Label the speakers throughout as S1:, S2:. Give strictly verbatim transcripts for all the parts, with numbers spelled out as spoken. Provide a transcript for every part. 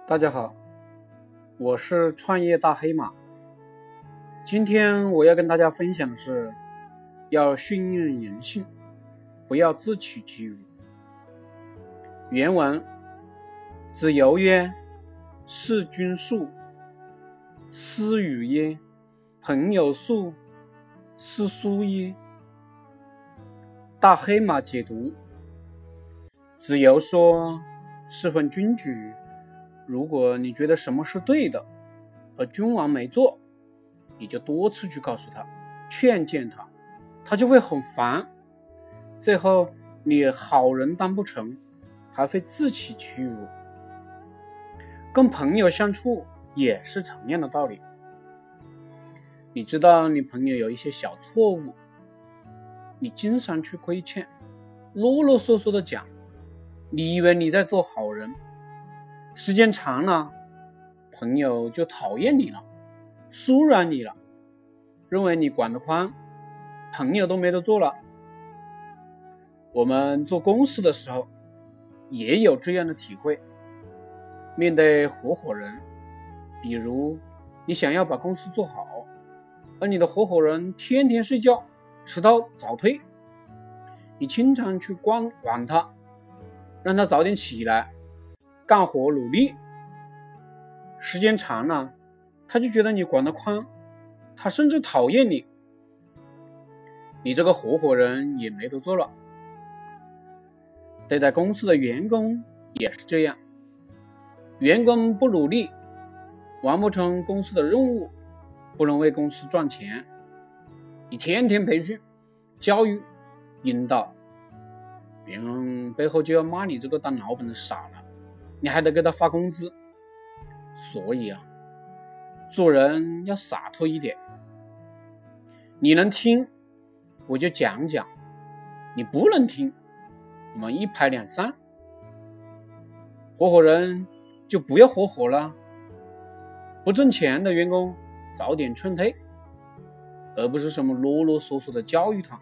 S1: 大家好，我是创业大黑马。今天我要跟大家分享的是，要训练人性，不要自取其辱。原文：子游曰：事君术，斯语耶？朋友术，斯疏耶？大黑马解读：子游说，侍奉君主，如果你觉得什么是对的，而君王没做，你就多次去告诉他，劝谏他，他就会很烦，最后你好人当不成，还会自取其辱。跟朋友相处也是同样的道理。你知道你朋友有一些小错误，你经常去规劝，啰啰嗦嗦的讲，你以为你在做好人，时间长了，朋友就讨厌你了，疏远你了，认为你管得宽，朋友都没得做了。我们做公司的时候也有这样的体会，面对合伙人，比如你想要把公司做好，而你的合伙人天天睡觉，迟到早退，你经常去管管他，让他早点起来干活努力，时间长了，他就觉得你管得宽，他甚至讨厌你，你这个合伙人也没得做了。对待公司的员工也是这样，员工不努力，完不成公司的任务，不能为公司赚钱，你天天培训、教育、引导，别人背后就要骂你这个当老板的傻了，你还得给他发工资。所以啊，做人要洒脱一点，你能听我就讲讲，你不能听我们一拍两散，合伙人就不要合伙了，不挣钱的员工早点劝退，而不是什么啰啰嗦嗦的教育他。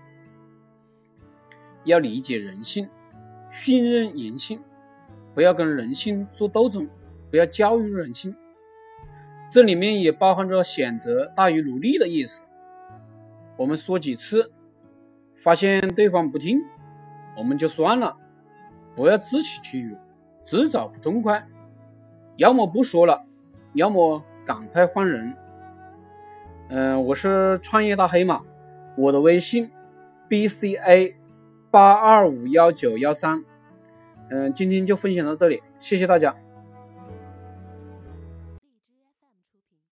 S1: 要理解人性，训练人性，不要跟人性做斗争，不要教育人性。这里面也包含着选择大于努力的意思。我们说几次，发现对方不听，我们就算了，不要自取其辱，自找不痛快，要么不说了，要么赶快换人。嗯、呃，我是创业大黑马，我的微信 B C A 八二五一九一三。嗯，今天就分享到这里，谢谢大家。